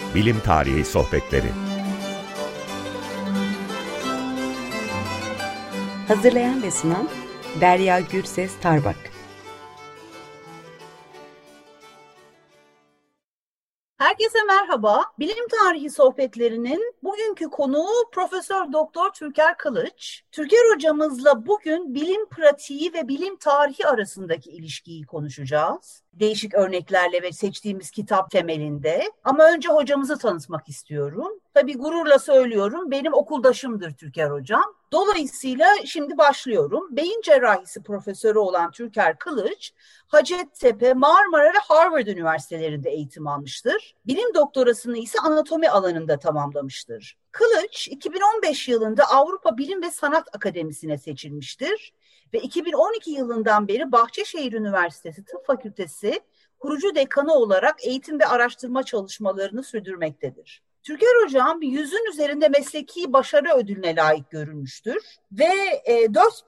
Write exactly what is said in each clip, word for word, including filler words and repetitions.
Bilim Tarihi Sohbetleri. Hazırlayan ve sunan Derya Gürses Tarbak. Herkese merhaba. Bilim Tarihi Sohbetlerinin bugünkü konuğu Profesör Doktor Türker Kılıç. Türker hocamızla bugün bilim pratiği ve bilim tarihi arasındaki ilişkiyi konuşacağız. Değişik örneklerle ve seçtiğimiz kitap temelinde. Ama önce hocamızı tanıtmak istiyorum. Tabii gururla söylüyorum, benim okuldaşımdır Türker hocam. Dolayısıyla şimdi başlıyorum. Beyin cerrahisi profesörü olan Türker Kılıç, Hacettepe, Marmara ve Harvard üniversitelerinde eğitim almıştır. Bilim doktorasını ise anatomi alanında tamamlamıştır. Kılıç, iki bin on beş yılında Avrupa Bilim ve Sanat Akademisi'ne seçilmiştir ve iki bin on iki yılından beri Bahçeşehir Üniversitesi Tıp Fakültesi kurucu dekanı olarak eğitim ve araştırma çalışmalarını sürdürmektedir. Türker hocam yüzün üzerinde mesleki başarı ödülüne layık görülmüştür ve e, dört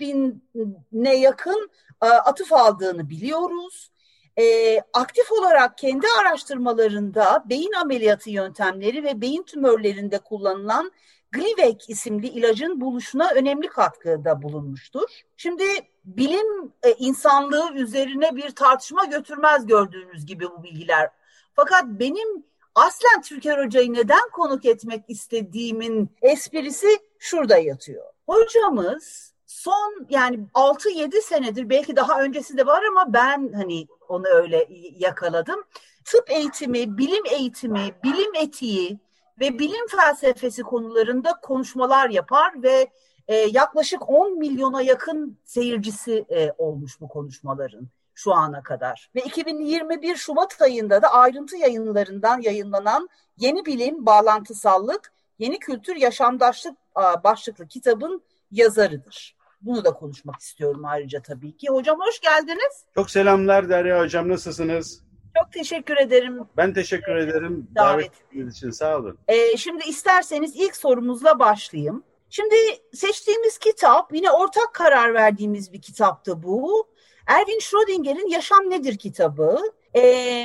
bine yakın e, atıf aldığını biliyoruz. E, aktif olarak kendi araştırmalarında beyin ameliyatı yöntemleri ve beyin tümörlerinde kullanılan Glivec isimli ilacın buluşuna önemli katkıda bulunmuştur. Şimdi bilim e, insanlığı üzerine bir tartışma götürmez gördüğünüz gibi bu bilgiler. Fakat benim aslen Türker Hoca'yı neden konuk etmek istediğimin esprisi şurada yatıyor. Hocamız son yani altı yedi senedir, belki daha öncesi de var ama ben hani onu öyle yakaladım. Tıp eğitimi, bilim eğitimi, bilim etiği ve bilim felsefesi konularında konuşmalar yapar ve e, yaklaşık on milyona yakın seyircisi e, olmuş bu konuşmaların şu ana kadar. Ve iki bin yirmi bir Şubat ayında da Ayrıntı Yayınlarından yayınlanan Yeni Bilim, Bağlantısallık, Yeni Kültür, Yaşamdaşlık başlıklı kitabın yazarıdır. Bunu da konuşmak istiyorum ayrıca tabii ki. Hocam hoş geldiniz. Çok selamlar Derya Hocam, nasılsınız? Çok teşekkür ederim. Ben teşekkür ee, ederim davet ettiğiniz için, sağ olun. Ee, şimdi isterseniz ilk sorumuzla başlayayım. Şimdi seçtiğimiz kitap yine ortak karar verdiğimiz bir kitaptı bu. Erwin Schrödinger'in Yaşam Nedir kitabı. Ee,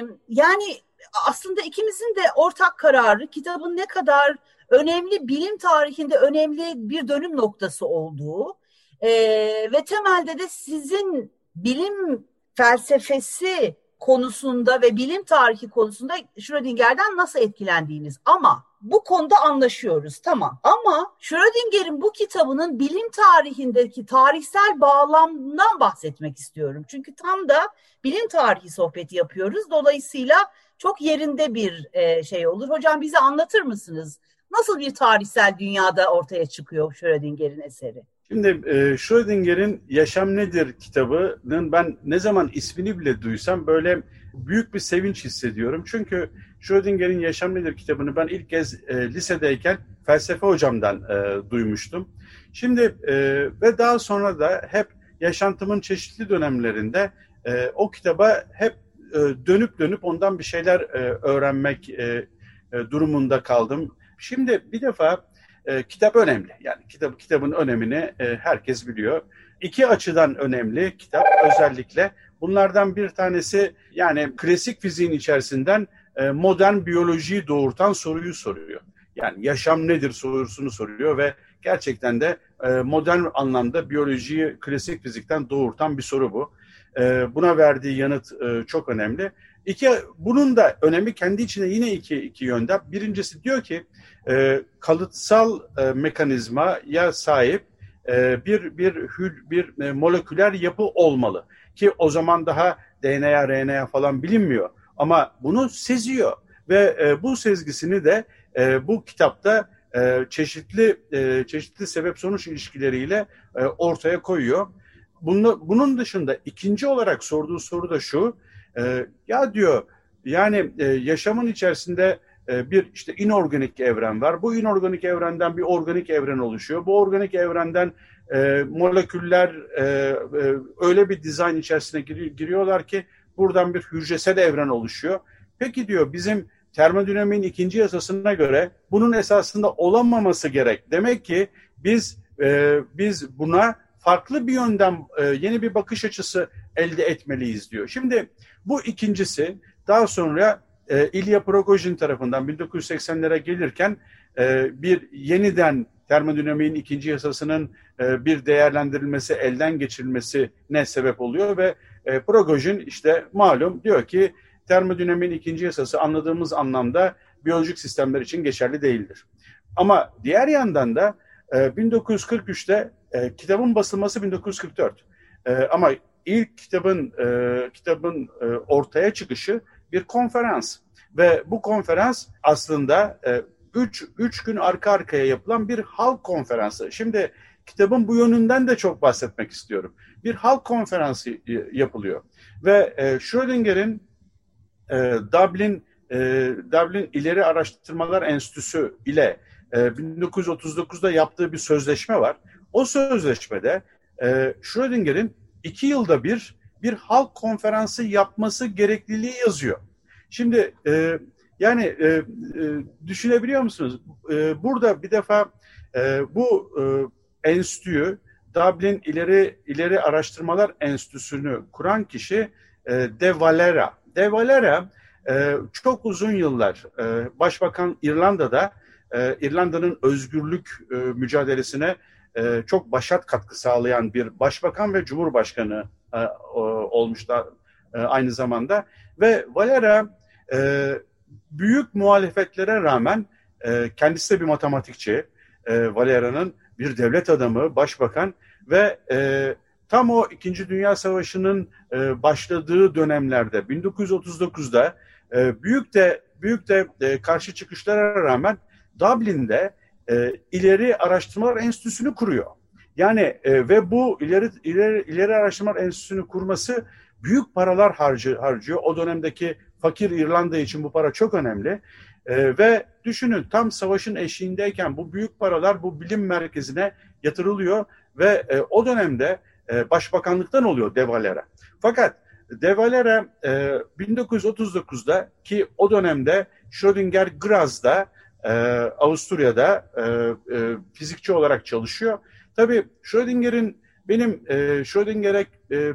yani aslında ikimizin de ortak kararı kitabın ne kadar önemli, bilim tarihinde önemli bir dönüm noktası olduğu ee, ve temelde de sizin bilim felsefesi konusunda ve bilim tarihi konusunda Schrödinger'den nasıl etkilendiğiniz. Ama bu konuda anlaşıyoruz, tamam. Ama Schrödinger'in bu kitabının bilim tarihindeki tarihsel bağlamından bahsetmek istiyorum. Çünkü tam da bilim tarihi sohbeti yapıyoruz. Dolayısıyla çok yerinde bir e, şey olur. Hocam bize anlatır mısınız? Nasıl bir tarihsel dünyada ortaya çıkıyor Schrödinger'in eseri? Şimdi e, Schrödinger'in Yaşam Nedir kitabının ben ne zaman ismini bile duysam böyle büyük bir sevinç hissediyorum. Çünkü Schrödinger'in Yaşam Nedir kitabını ben ilk kez e, lisedeyken felsefe hocamdan e, duymuştum. Şimdi e, ve daha sonra da hep yaşantımın çeşitli dönemlerinde e, o kitaba hep e, dönüp dönüp ondan bir şeyler e, öğrenmek e, e, durumunda kaldım. Şimdi bir defa E, kitap önemli. Yani kitap kitabın önemini e, herkes biliyor. İki açıdan önemli kitap özellikle. Bunlardan bir tanesi yani klasik fiziğin içerisinden e, modern biyolojiyi doğurtan soruyu soruyor. Yani yaşam nedir sorusunu soruyor ve gerçekten de e, modern anlamda biyolojiyi klasik fizikten doğurtan bir soru bu. E, buna verdiği yanıt e, çok önemli. İki, bunun da önemi kendi içinde yine iki, iki yönde. Birincisi diyor ki e, kalıtsal e, mekanizmaya sahip e, bir bir hül, bir e, moleküler yapı olmalı ki o zaman daha D N A, R N A falan bilinmiyor ama bunu seziyor ve e, bu sezgisini de e, bu kitapta e, çeşitli e, çeşitli sebep sonuç ilişkileriyle e, ortaya koyuyor. Bunu, bunun dışında ikinci olarak sorduğu soru da şu. Ee, ya diyor yani e, yaşamın içerisinde e, bir işte inorganik evren var. Bu inorganik evrenden bir organik evren oluşuyor. Bu organik evrenden e, moleküller e, e, öyle bir dizayn içerisine gir- giriyorlar ki buradan bir hücresel evren oluşuyor. Peki diyor bizim termodinamiğin ikinci yasasına göre bunun esasında olamaması gerek. Demek ki biz e, biz buna farklı bir yönden e, yeni bir bakış açısı elde etmeliyiz diyor. Şimdi bu ikincisi, daha sonra e, Ilya Prigojin tarafından bin dokuz yüz seksenlere gelirken e, bir yeniden termodinamiğin ikinci yasasının e, bir değerlendirilmesi, elden geçirilmesine sebep oluyor ve e, Prigojin işte malum diyor ki termodinamiğin ikinci yasası anladığımız anlamda biyolojik sistemler için geçerli değildir. Ama diğer yandan da e, bin dokuz yüz kırk üçte e, kitabın basılması bin dokuz yüz kırk dört. E, ama ilk kitabın e, kitabın e, ortaya çıkışı bir konferans ve bu konferans aslında e, üç, üç gün arka arkaya yapılan bir halk konferansı. Şimdi kitabın bu yönünden de çok bahsetmek istiyorum. Bir halk konferansı yapılıyor ve e, Schrödinger'in e, Dublin e, Dublin İleri Araştırmalar Enstitüsü ile e, bin dokuz yüz otuz dokuzda yaptığı bir sözleşme var. O sözleşmede e, Schrödinger'in iki yılda bir bir halk konferansı yapması gerekliliği yazıyor. Şimdi e, yani e, e, düşünebiliyor musunuz? E, burada bir defa e, bu e, enstitüyü, Dublin İleri İleri Araştırmalar Enstitüsü'nü kuran kişi e, De Valera. De Valera e, çok uzun yıllar e, Başbakan İrlanda'da e, İrlanda'nın özgürlük e, mücadelesine e, çok başat katkı sağlayan bir başbakan ve cumhurbaşkanı e, olmuşlar e, aynı zamanda ve Valera e, büyük muhalefetlere rağmen e, kendisi de bir matematikçi, e, Valera'nın bir devlet adamı, başbakan ve e, tam o İkinci Dünya Savaşı'nın e, başladığı dönemlerde bin dokuz yüz otuz dokuzda e, büyük de büyük de e, karşı çıkışlara rağmen Dublin'de e, İleri Araştırmalar Enstitüsü'nü kuruyor. Yani e, ve bu ileri, ileri ileri Araştırmalar Enstitüsü'nü kurması büyük paralar harcı, harcıyor. O dönemdeki fakir İrlanda için bu para çok önemli. E, ve düşünün tam savaşın eşiğindeyken bu büyük paralar bu bilim merkezine yatırılıyor ve e, o dönemde e, başbakanlıktan oluyor De Valera. Fakat De Valera e, bin dokuz yüz otuz dokuzda ki o dönemde Schrödinger Graz'da e, Avusturya'da e, e, fizikçi olarak çalışıyor. Tabii Schrödinger'in benim e, Schrödinger'e e,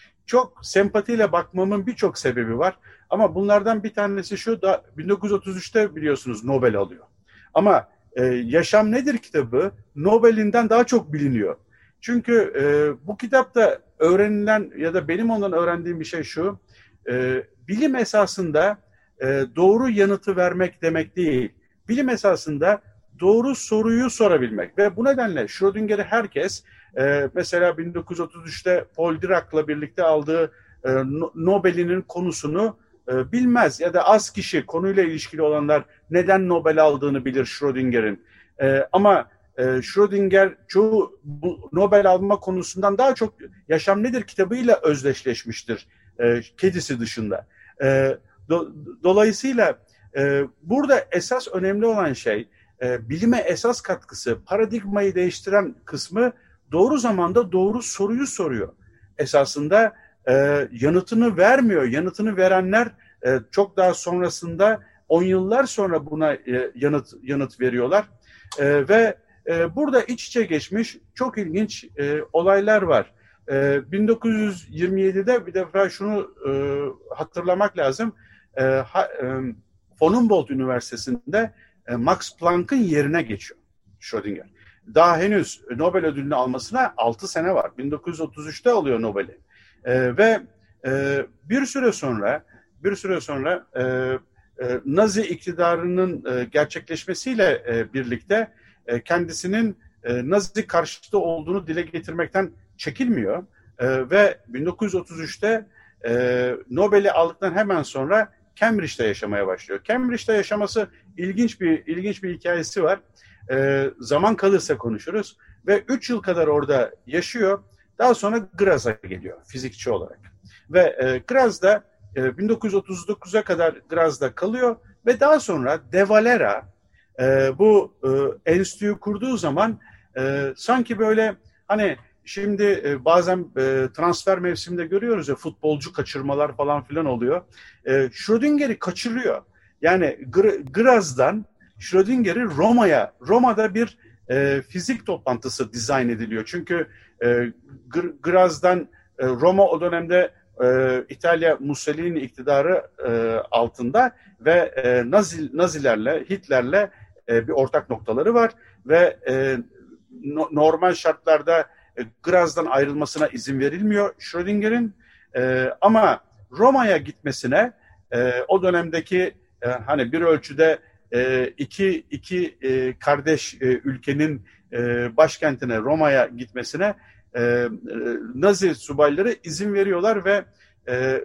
çok sempatiyle bakmamın birçok sebebi var. Ama bunlardan bir tanesi şu da bin dokuz yüz otuz üçte biliyorsunuz Nobel alıyor. Ama e, Yaşam Nedir kitabı Nobel'inden daha çok biliniyor. Çünkü e, bu kitapta öğrenilen ya da benim ondan öğrendiğim bir şey şu. E, bilim esasında e, doğru yanıtı vermek demek değil. Bilim esasında doğru soruyu sorabilmek ve bu nedenle Schrödinger'i herkes e, mesela bin dokuz yüz otuz üçte Paul Dirac'la birlikte aldığı e, Nobel'inin konusunu e, bilmez ya da az kişi konuyla ilişkili olanlar neden Nobel aldığını bilir Schrödinger'in. E, ama e, Schrödinger çoğu bu Nobel alma konusundan daha çok Yaşam Nedir kitabıyla özdeşleşmiştir e, kedisi dışında. E, do, dolayısıyla e, burada esas önemli olan şey e, bilime esas katkısı, paradigmayı değiştiren kısmı doğru zamanda doğru soruyu soruyor. Esasında e, yanıtını vermiyor. Yanıtını verenler e, çok daha sonrasında on yıllar sonra buna e, yanıt yanıt veriyorlar. E, ve e, burada iç içe geçmiş çok ilginç e, olaylar var. E, bin dokuz yüz yirmi yedide bir defa şunu e, hatırlamak lazım. E, ha, e, von Humboldt Üniversitesi'nde e, Max Planck'ın yerine geçiyor Schrödinger. Daha henüz Nobel ödülünü almasına altı sene var. bin dokuz yüz otuz üçte alıyor Nobel'i. E, ve e, bir süre sonra bir süre sonra e, e, Nazi iktidarının e, gerçekleşmesiyle e, birlikte e, kendisinin e, Nazi karşıtı olduğunu dile getirmekten çekilmiyor. E, ve bin dokuz yüz otuz üçte e, Nobel'i aldıktan hemen sonra Cambridge'de yaşamaya başlıyor. Cambridge'de yaşaması ilginç bir ilginç bir hikayesi var. E, zaman kalırsa konuşuruz. Ve üç yıl kadar orada yaşıyor. Daha sonra Graz'a geliyor fizikçi olarak. Ve e, Graz'da e, bin dokuz yüz otuz dokuza kadar Graz'da kalıyor. Ve daha sonra De Valera e, bu e, enstitüyü kurduğu zaman e, sanki böyle hani şimdi e, bazen e, transfer mevsiminde görüyoruz ya futbolcu kaçırmalar falan filan oluyor. E, Schrödinger'i kaçırıyor. Yani Gr- Graz'dan Schrödinger'i Roma'ya, Roma'da bir e, fizik toplantısı dizayn ediliyor. Çünkü e, Graz'dan e, Roma o dönemde e, İtalya Mussolini iktidarı e, altında ve e, Nazi, Nazilerle, Hitler'le e, bir ortak noktaları var ve e, no, normal şartlarda e, Graz'dan ayrılmasına izin verilmiyor Schrödinger'in e, ama Roma'ya gitmesine e, o dönemdeki e, hani bir ölçüde e, iki iki e, kardeş e, ülkenin e, başkentine Roma'ya gitmesine e, Nazi subayları izin veriyorlar ve e,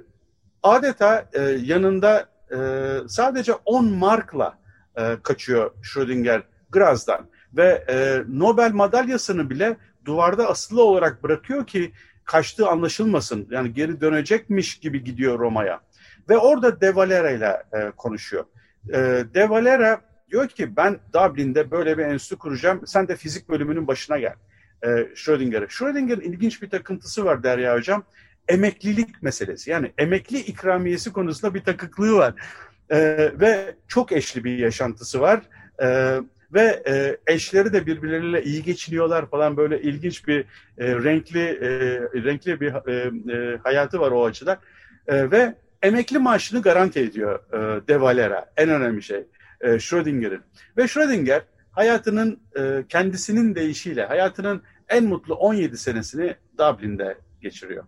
adeta e, yanında e, sadece on markla e, kaçıyor Schrödinger Graz'dan ve e, Nobel madalyasını bile duvarda asılı olarak bırakıyor ki kaçtığı anlaşılmasın. Yani geri dönecekmiş gibi gidiyor Roma'ya. Ve orada De Valera ile e, konuşuyor. E, De Valera diyor ki ben Dublin'de böyle bir enstitü kuracağım. Sen de fizik bölümünün başına gel. E, Schrödinger'e. Schrödinger'in ilginç bir takıntısı var Derya Hocam. Emeklilik meselesi. Yani emekli ikramiyesi konusunda bir takıklığı var. E, ve çok eşli bir yaşantısı var. E, ve e, eşleri de birbirleriyle iyi geçiniyorlar falan, böyle ilginç bir e, renkli e, renkli bir e, e, hayatı var o açıdan. E, ve emekli maaşını garanti ediyor e, De Valera. En önemli şey e, Schrödinger'in. Ve Schrödinger hayatının e, kendisinin deyişiyle hayatının en mutlu on yedi senesini Dublin'de geçiriyor.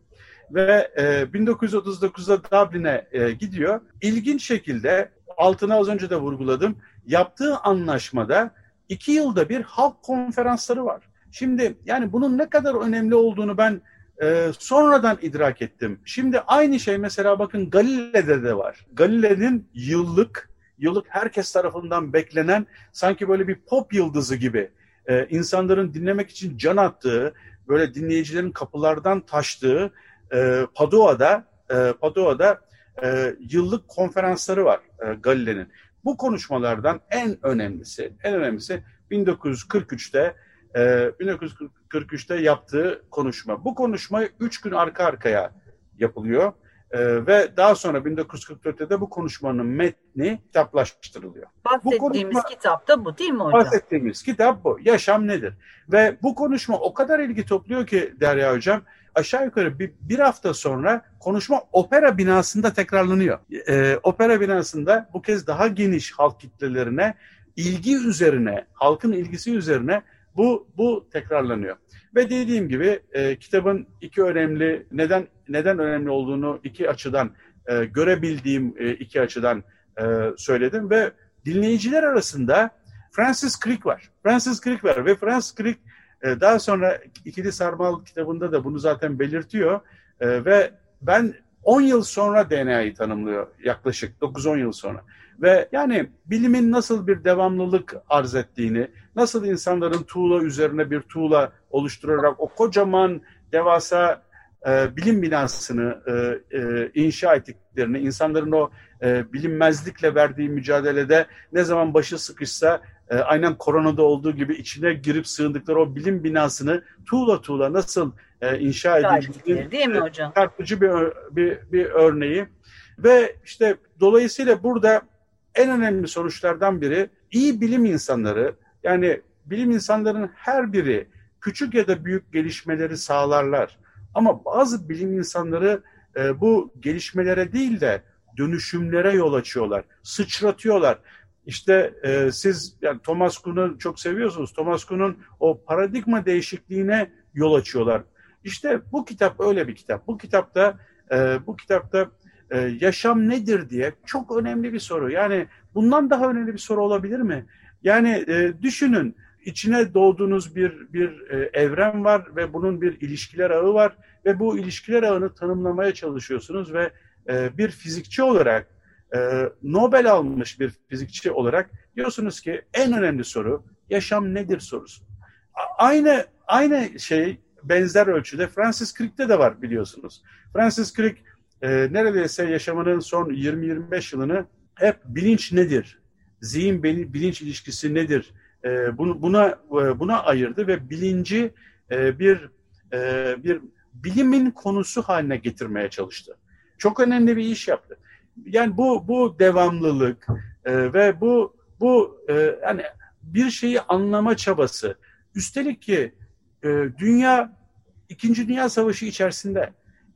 Ve e, bin dokuz yüz otuz dokuzda Dublin'e e, gidiyor. İlginç şekilde altına az önce de vurguladım. Yaptığı anlaşmada iki yılda bir halk konferansları var. Şimdi yani bunun ne kadar önemli olduğunu ben e, sonradan idrak ettim. Şimdi aynı şey mesela bakın Galile'de de var. Galile'nin yıllık, yıllık herkes tarafından beklenen sanki böyle bir pop yıldızı gibi e, insanların dinlemek için can attığı, böyle dinleyicilerin kapılardan taştığı e, Padua'da, e, Padua'da e, yıllık konferansları var e, Galile'nin. Bu konuşmalardan en önemlisi, en önemlisi bin dokuz yüz kırk üçte e, bin dokuz yüz kırk üçte yaptığı konuşma. Bu konuşma üç gün arka arkaya yapılıyor e, ve daha sonra bin dokuz yüz kırk dörtte de bu konuşmanın metni kitaplaştırılıyor. Bahsettiğimiz bu konuşma, kitap da bu değil mi hocam? Bahsettiğimiz kitap bu. Yaşam nedir? Ve bu konuşma o kadar ilgi topluyor ki Derya Hocam, aşağı yukarı bir, bir hafta sonra konuşma opera binasında tekrarlanıyor. Ee, opera binasında bu kez daha geniş halk kitlelerine, ilgi üzerine, halkın ilgisi üzerine bu bu tekrarlanıyor. Ve dediğim gibi e, kitabın iki önemli, neden neden önemli olduğunu iki açıdan e, görebildiğim e, iki açıdan e, söyledim ve dinleyiciler arasında Francis Crick var. Francis Crick var ve Francis Crick e, daha sonra İkili Sarmal kitabında da bunu zaten belirtiyor e, ve ben on yıl sonra D N A'yı tanımlıyor, yaklaşık dokuz on yıl sonra. Ve yani bilimin nasıl bir devamlılık arz ettiğini, nasıl insanların tuğla üzerine bir tuğla oluşturarak o kocaman devasa e, bilim binasını e, e, inşa ettiklerini, insanların o e, bilinmezlikle verdiği mücadelede ne zaman başı sıkışsa e, aynen koronada olduğu gibi içine girip sığındıkları o bilim binasını tuğla tuğla nasıl e, inşa edildiğini değil mi hocam? Çarpıcı bir, bir, bir örneği. Ve işte dolayısıyla burada en önemli sonuçlardan biri, iyi bilim insanları, yani bilim insanlarının her biri küçük ya da büyük gelişmeleri sağlarlar. Ama bazı bilim insanları e, bu gelişmelere değil de dönüşümlere yol açıyorlar, sıçratıyorlar. İşte e, siz yani Thomas Kuhn'u çok seviyorsunuz. Thomas Kuhn'un o paradigma değişikliğine yol açıyorlar. İşte bu kitap öyle bir kitap. Bu kitapta e, bu kitapta e, yaşam nedir diye çok önemli bir soru. Yani bundan daha önemli bir soru olabilir mi? Yani e, düşünün, içine doğduğunuz bir bir e, evren var ve bunun bir ilişkiler ağı var ve bu ilişkiler ağını tanımlamaya çalışıyorsunuz ve e, bir fizikçi olarak, e, Nobel almış bir fizikçi olarak diyorsunuz ki en önemli soru yaşam nedir sorusu. A- aynı aynı şey benzer ölçüde Francis Crick'te de var biliyorsunuz. Francis Crick e, neredeyse yaşamının son yirmi yirmi beş yılını hep bilinç nedir, zihin bilinç ilişkisi nedir, e, bunu, buna buna ayırdı ve bilinci e, bir e, bir bilimin konusu haline getirmeye çalıştı. Çok önemli bir iş yaptı. Yani bu bu devamlılık e, ve bu bu e, yani bir şeyi anlama çabası. Üstelik ki e, dünya İkinci Dünya Savaşı içerisinde.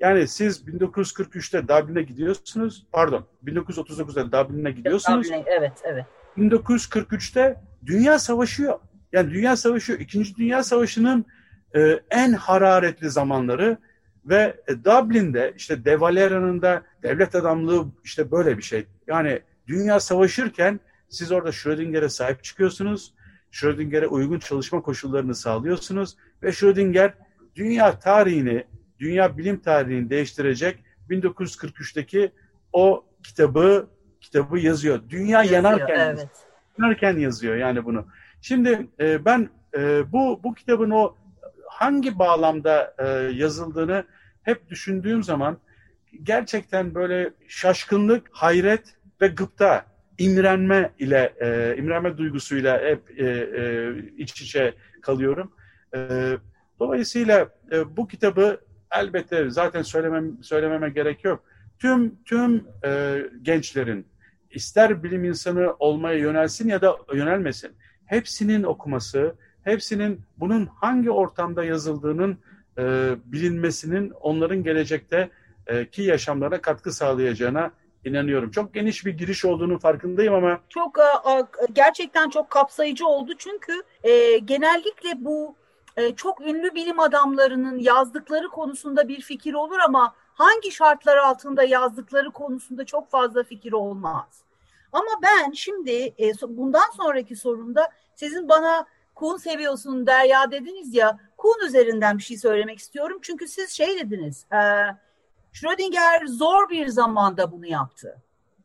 Yani siz bin dokuz yüz kırk üçte Dublin'e gidiyorsunuz, pardon bin dokuz yüz otuz dokuzda Dublin'e gidiyorsunuz. Dublin'e, evet, evet. bin dokuz yüz kırk üçte dünya savaşıyor. Yani dünya savaşıyor. İkinci Dünya Savaşı'nın e, en hararetli zamanları ve e, Dublin'de işte De Valera'nın da devlet adamlığı işte böyle bir şey. Yani dünya savaşırken siz orada Schrödinger'e sahip çıkıyorsunuz. Schrödinger'e uygun çalışma koşullarını sağlıyorsunuz ve Schrödinger dünya tarihini, dünya bilim tarihini değiştirecek bin dokuz yüz kırk üçteki o kitabı kitabı yazıyor. Dünya yazıyor, yanarken evet. yazıyor. Yanarken yazıyor yani bunu. Şimdi e, ben e, bu bu kitabın o hangi bağlamda e, yazıldığını hep düşündüğüm zaman gerçekten böyle şaşkınlık, hayret ve gıpta, imrenme ile e, imrenme duygusuyla hep e, e, iç içe kalıyorum. E, dolayısıyla e, bu kitabı elbette zaten söylemem söylememe gerek yok. Tüm tüm e, gençlerin ister bilim insanı olmaya yönelsin ya da yönelmesin, hepsinin okuması, hepsinin bunun hangi ortamda yazıldığının e, bilinmesinin onların gelecekte e, ki yaşamlarına katkı sağlayacağına inanıyorum. Çok geniş bir giriş olduğunun farkındayım ama çok a, gerçekten çok kapsayıcı oldu çünkü e, genellikle bu e, çok ünlü bilim adamlarının yazdıkları konusunda bir fikir olur ama hangi şartlar altında yazdıkları konusunda çok fazla fikir olmaz. Ama ben şimdi e, bundan sonraki sorumda sizin bana Kuhn seviyorsun Derya dediniz ya, Kuhn üzerinden bir şey söylemek istiyorum. Çünkü siz şey dediniz, e, Schrödinger zor bir zamanda bunu yaptı.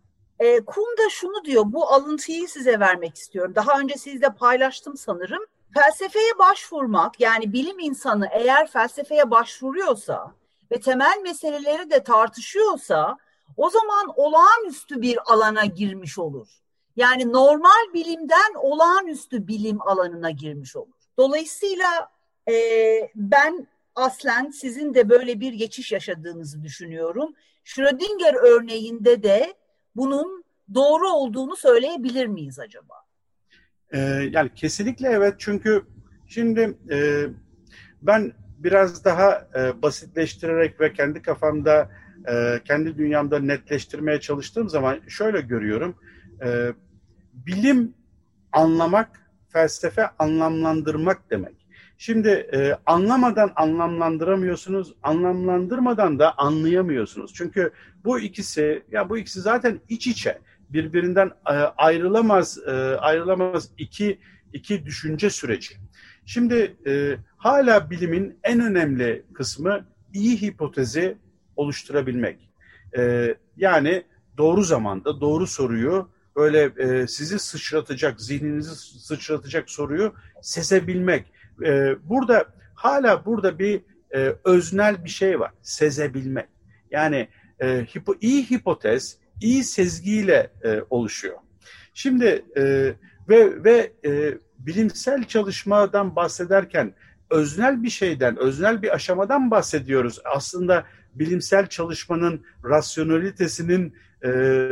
E, Kuhn da şunu diyor, bu alıntıyı size vermek istiyorum. Daha önce sizle paylaştım sanırım. Felsefeye başvurmak, yani bilim insanı eğer felsefeye başvuruyorsa ve temel meseleleri de tartışıyorsa o zaman olağanüstü bir alana girmiş olur. Yani normal bilimden olağanüstü bilim alanına girmiş olur. Dolayısıyla e, ben aslen sizin de böyle bir geçiş yaşadığınızı düşünüyorum. Schrödinger örneğinde de bunun doğru olduğunu söyleyebilir miyiz acaba? Ee, yani kesinlikle evet, çünkü şimdi e, ben biraz daha e, basitleştirerek ve kendi kafamda, e, kendi dünyamda netleştirmeye çalıştığım zaman şöyle görüyorum. E, bilim anlamak, felsefe anlamlandırmak demek. Şimdi e, anlamadan anlamlandıramıyorsunuz, anlamlandırmadan da anlayamıyorsunuz. Çünkü bu ikisi, ya bu ikisi zaten iç içe, birbirinden e, ayrılamaz, e, ayrılamaz iki iki düşünce süreci. Şimdi e, hala bilimin en önemli kısmı iyi hipotezi oluşturabilmek. E, yani doğru zamanda doğru soruyu, böyle e, sizi sıçratacak, zihninizi sıçratacak soruyu sezebilmek. E, burada hala burada bir e, öznel bir şey var, sezebilmek. Yani e, hipo, iyi hipotez, iyi sezgiyle e, oluşuyor. Şimdi e, ve ve e, bilimsel çalışmadan bahsederken öznel bir şeyden, öznel bir aşamadan bahsediyoruz. Aslında bilimsel çalışmanın rasyonalitesinin e,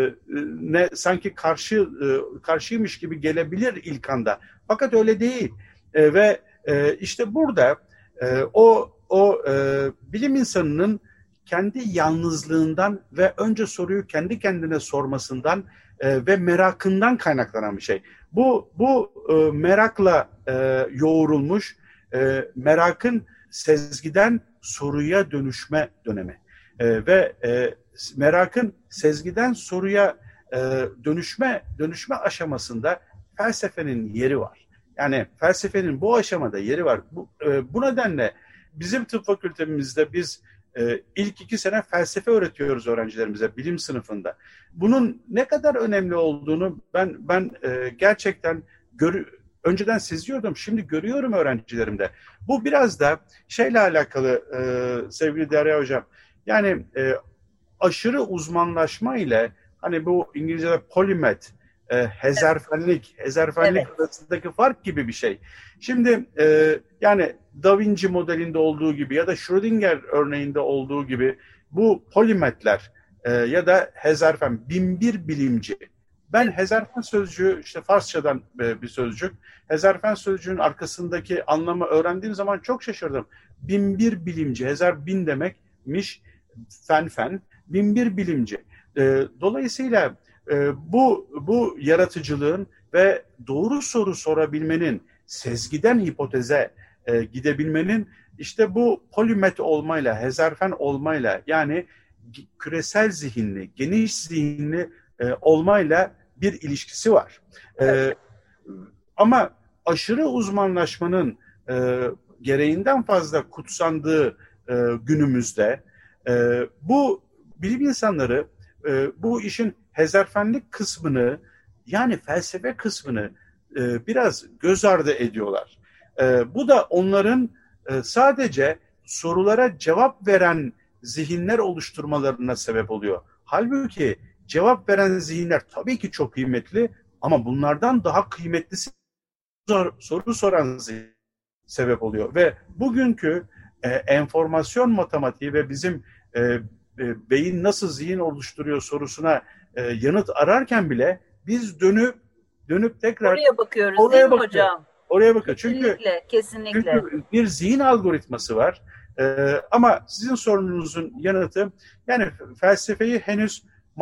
ne sanki karşı e, karşıymış gibi gelebilir ilk anda. Fakat öyle değil. E, ve e, işte burada e, o o e, bilim insanının kendi yalnızlığından ve önce soruyu kendi kendine sormasından e, ve merakından kaynaklanan bir şey. Bu bu e, merakla e, yoğrulmuş, e, merakın sezgiden soruya dönüşme dönemi e, ve e, merakın sezgiden soruya e, dönüşme dönüşme aşamasında felsefenin yeri var. Yani felsefenin bu aşamada yeri var. Bu, e, bu nedenle bizim tıp fakültemizde biz e, ilk iki sene felsefe öğretiyoruz öğrencilerimize bilim sınıfında. Bunun ne kadar önemli olduğunu ben ben e, gerçekten gör, önceden seziyordum. Şimdi görüyorum öğrencilerimde. Bu biraz da şeyle alakalı e, sevgili Derya Hocam. Yani e, aşırı uzmanlaşma ile hani bu İngilizce'de polymath, e, hezarfenlik, hezarfenlik evet. arasındaki fark gibi bir şey. Şimdi e, yani Da Vinci modelinde olduğu gibi ya da Schrödinger örneğinde olduğu gibi bu polymathler e, ya da hezarfen, binbir bilimci. Ben hezarfen sözcüğü, işte Farsçadan e, bir sözcük. Hezarfen sözcüğün arkasındaki anlamı öğrendiğim zaman çok şaşırdım. Binbir bilimci, hezar bin demekmiş. fen fen, bin bir bilimci. E, dolayısıyla e, bu bu yaratıcılığın ve doğru soru sorabilmenin, sezgiden hipoteze e, gidebilmenin işte bu polimet olmayla, hezarfen olmayla, yani küresel zihinli, geniş zihinli e, olmayla bir ilişkisi var. E, ama aşırı uzmanlaşmanın e, gereğinden fazla kutsandığı e, günümüzde e, bu bilim insanları e, bu işin hezarfenlik kısmını, yani felsefe kısmını e, biraz göz ardı ediyorlar. E, bu da onların e, sadece sorulara cevap veren zihinler oluşturmalarına sebep oluyor. Halbuki cevap veren zihinler tabii ki çok kıymetli, ama bunlardan daha kıymetlisi soru soran zihin sebep oluyor. Ve bugünkü e, enformasyon matematiği ve bizim e, e, beyin nasıl zihin oluşturuyor sorusuna e, yanıt ararken bile biz dönüp dönüp tekrar oraya bakıyoruz, oraya değil mi bakıyor. hocam? Oraya bakıyor. Kesinlikle, Çünkü, kesinlikle. çünkü bir zihin algoritması var. Ee, ama sizin sorununuzun yanıtı, yani felsefeyi henüz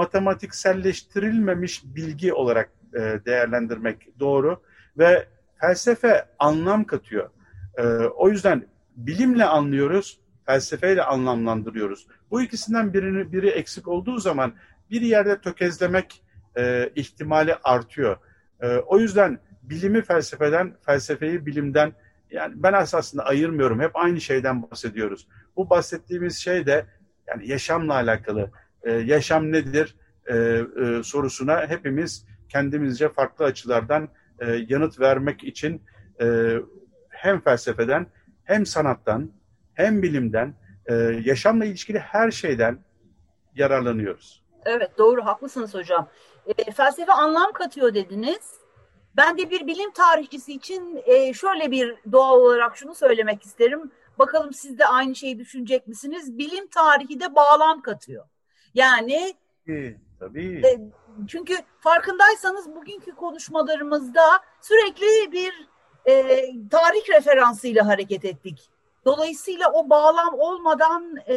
matematikselleştirilmemiş bilgi olarak e, değerlendirmek doğru ve felsefe anlam katıyor. E, o yüzden bilimle anlıyoruz, felsefeyle anlamlandırıyoruz. Bu ikisinden birini, biri eksik olduğu zaman bir yerde tökezlemek e, ihtimali artıyor. E, o yüzden bilimi felsefeden, felsefeyi bilimden, yani ben aslında ayırmıyorum. Hep aynı şeyden bahsediyoruz. Bu bahsettiğimiz şey de yani yaşamla alakalı. Ee, yaşam nedir ee, e, sorusuna hepimiz kendimizce farklı açılardan e, yanıt vermek için e, hem felsefeden, hem sanattan, hem bilimden, e, yaşamla ilişkili her şeyden yararlanıyoruz. Evet, doğru, haklısınız hocam. E, felsefe anlam katıyor dediniz. Ben de bir bilim tarihçisi için e, şöyle bir doğal olarak şunu söylemek isterim. Bakalım siz de aynı şeyi düşünecek misiniz? Bilim tarihi de bağlam katıyor. Yani Tabii, tabii. E, çünkü farkındaysanız bugünkü konuşmalarımızda sürekli bir e, tarih referansıyla hareket ettik. Dolayısıyla o bağlam olmadan e,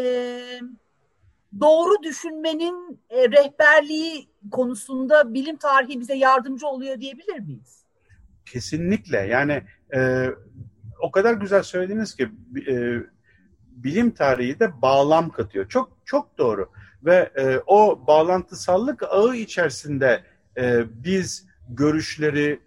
doğru düşünmenin e, rehberliği konusunda bilim tarihi bize yardımcı oluyor diyebilir miyiz? Kesinlikle. Yani e, o kadar güzel söylediniz ki e, bilim tarihi de bağlam katıyor. Çok çok doğru. Ve e, o bağlantısallık ağı içerisinde e, biz görüşleri,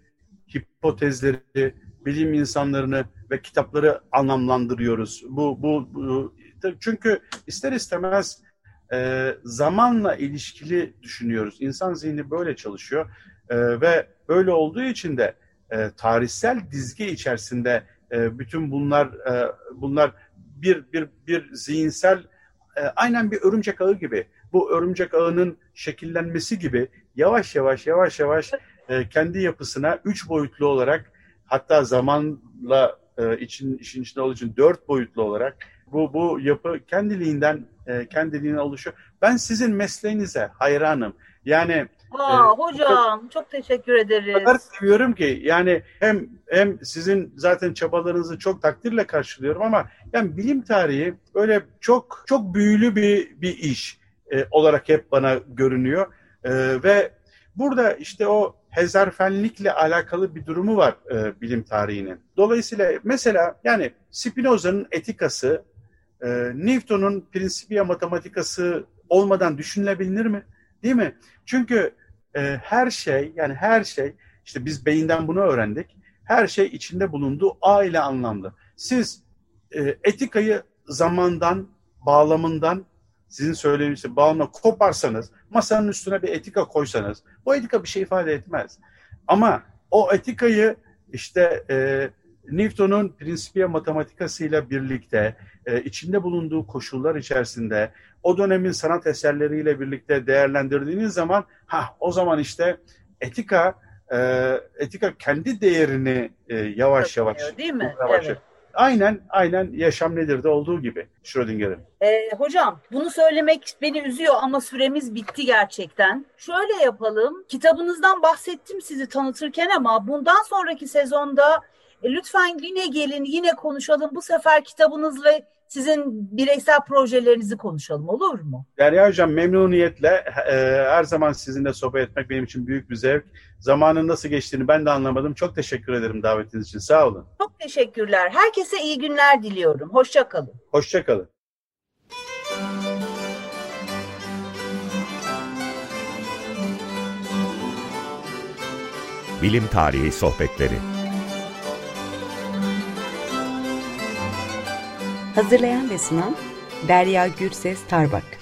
hipotezleri, bilim insanlarını ve kitapları anlamlandırıyoruz. Bu bu, bu çünkü ister istemez e, zamanla ilişkili düşünüyoruz. İnsan zihni böyle çalışıyor e, ve böyle olduğu için de e, tarihsel dizge içerisinde e, bütün bunlar e, bunlar bir bir bir zihinsel e, aynen bir örümcek ağı gibi. Bu örümcek ağının şekillenmesi gibi yavaş yavaş yavaş yavaş e, kendi yapısına üç boyutlu olarak, hatta zamanla e, için işin içinde olduğu için dört boyutlu olarak bu bu yapı kendiliğinden e, kendiliğinden oluşuyor. Ben sizin mesleğinize hayranım. Yani Aa, e, hocam çok teşekkür ederiz. O kadar seviyorum ki, yani hem hem sizin zaten çabalarınızı çok takdirle karşılıyorum, ama yani bilim tarihi böyle çok çok büyülü bir bir iş e, olarak hep bana görünüyor e, ve burada işte o hezarfenlikle alakalı bir durumu var e, bilim tarihinin. Dolayısıyla mesela yani Spinoza'nın etikası, e, Newton'un Principia Mathematicası olmadan düşünülebilir mi? Değil mi? Çünkü e, her şey, yani her şey, işte biz beyinden bunu öğrendik. Her şey içinde bulunduğu ağ ile anlamlı. Siz e, etikayı zamandan, bağlamından, sizin söylediğiniz bağlamına koparsanız, masanın üstüne bir etika koysanız, bu etika bir şey ifade etmez. Ama o etikayı işte e, Newton'un Principia Mathematicası ile birlikte, e, içinde bulunduğu koşullar içerisinde, o dönemin sanat eserleriyle birlikte değerlendirdiğiniz zaman, ha o zaman işte etika e, etika kendi değerini e, yavaş yavaş, değil mi? Yavaş, evet. Aynen aynen Yaşam Nedir'de olduğu gibi Schrödinger'in. Ee, hocam bunu söylemek beni üzüyor ama süremiz bitti gerçekten. Şöyle yapalım. Kitabınızdan bahsettim sizi tanıtırken ama bundan sonraki sezonda e, lütfen yine gelin, yine konuşalım. Bu sefer kitabınız ve sizin bireysel projelerinizi konuşalım, olur mu? Derya Hocam, memnuniyetle. E, her zaman sizinle sohbet etmek benim için büyük bir zevk. Zamanın nasıl geçtiğini ben de anlamadım. Çok teşekkür ederim davetiniz için. Sağ olun. Çok teşekkürler. Herkese iyi günler diliyorum. Hoşça kalın. Hoşça kalın. Bilim Tarihi Sohbetleri. Hazırlayan ve sunan Derya Gürses Tarbak.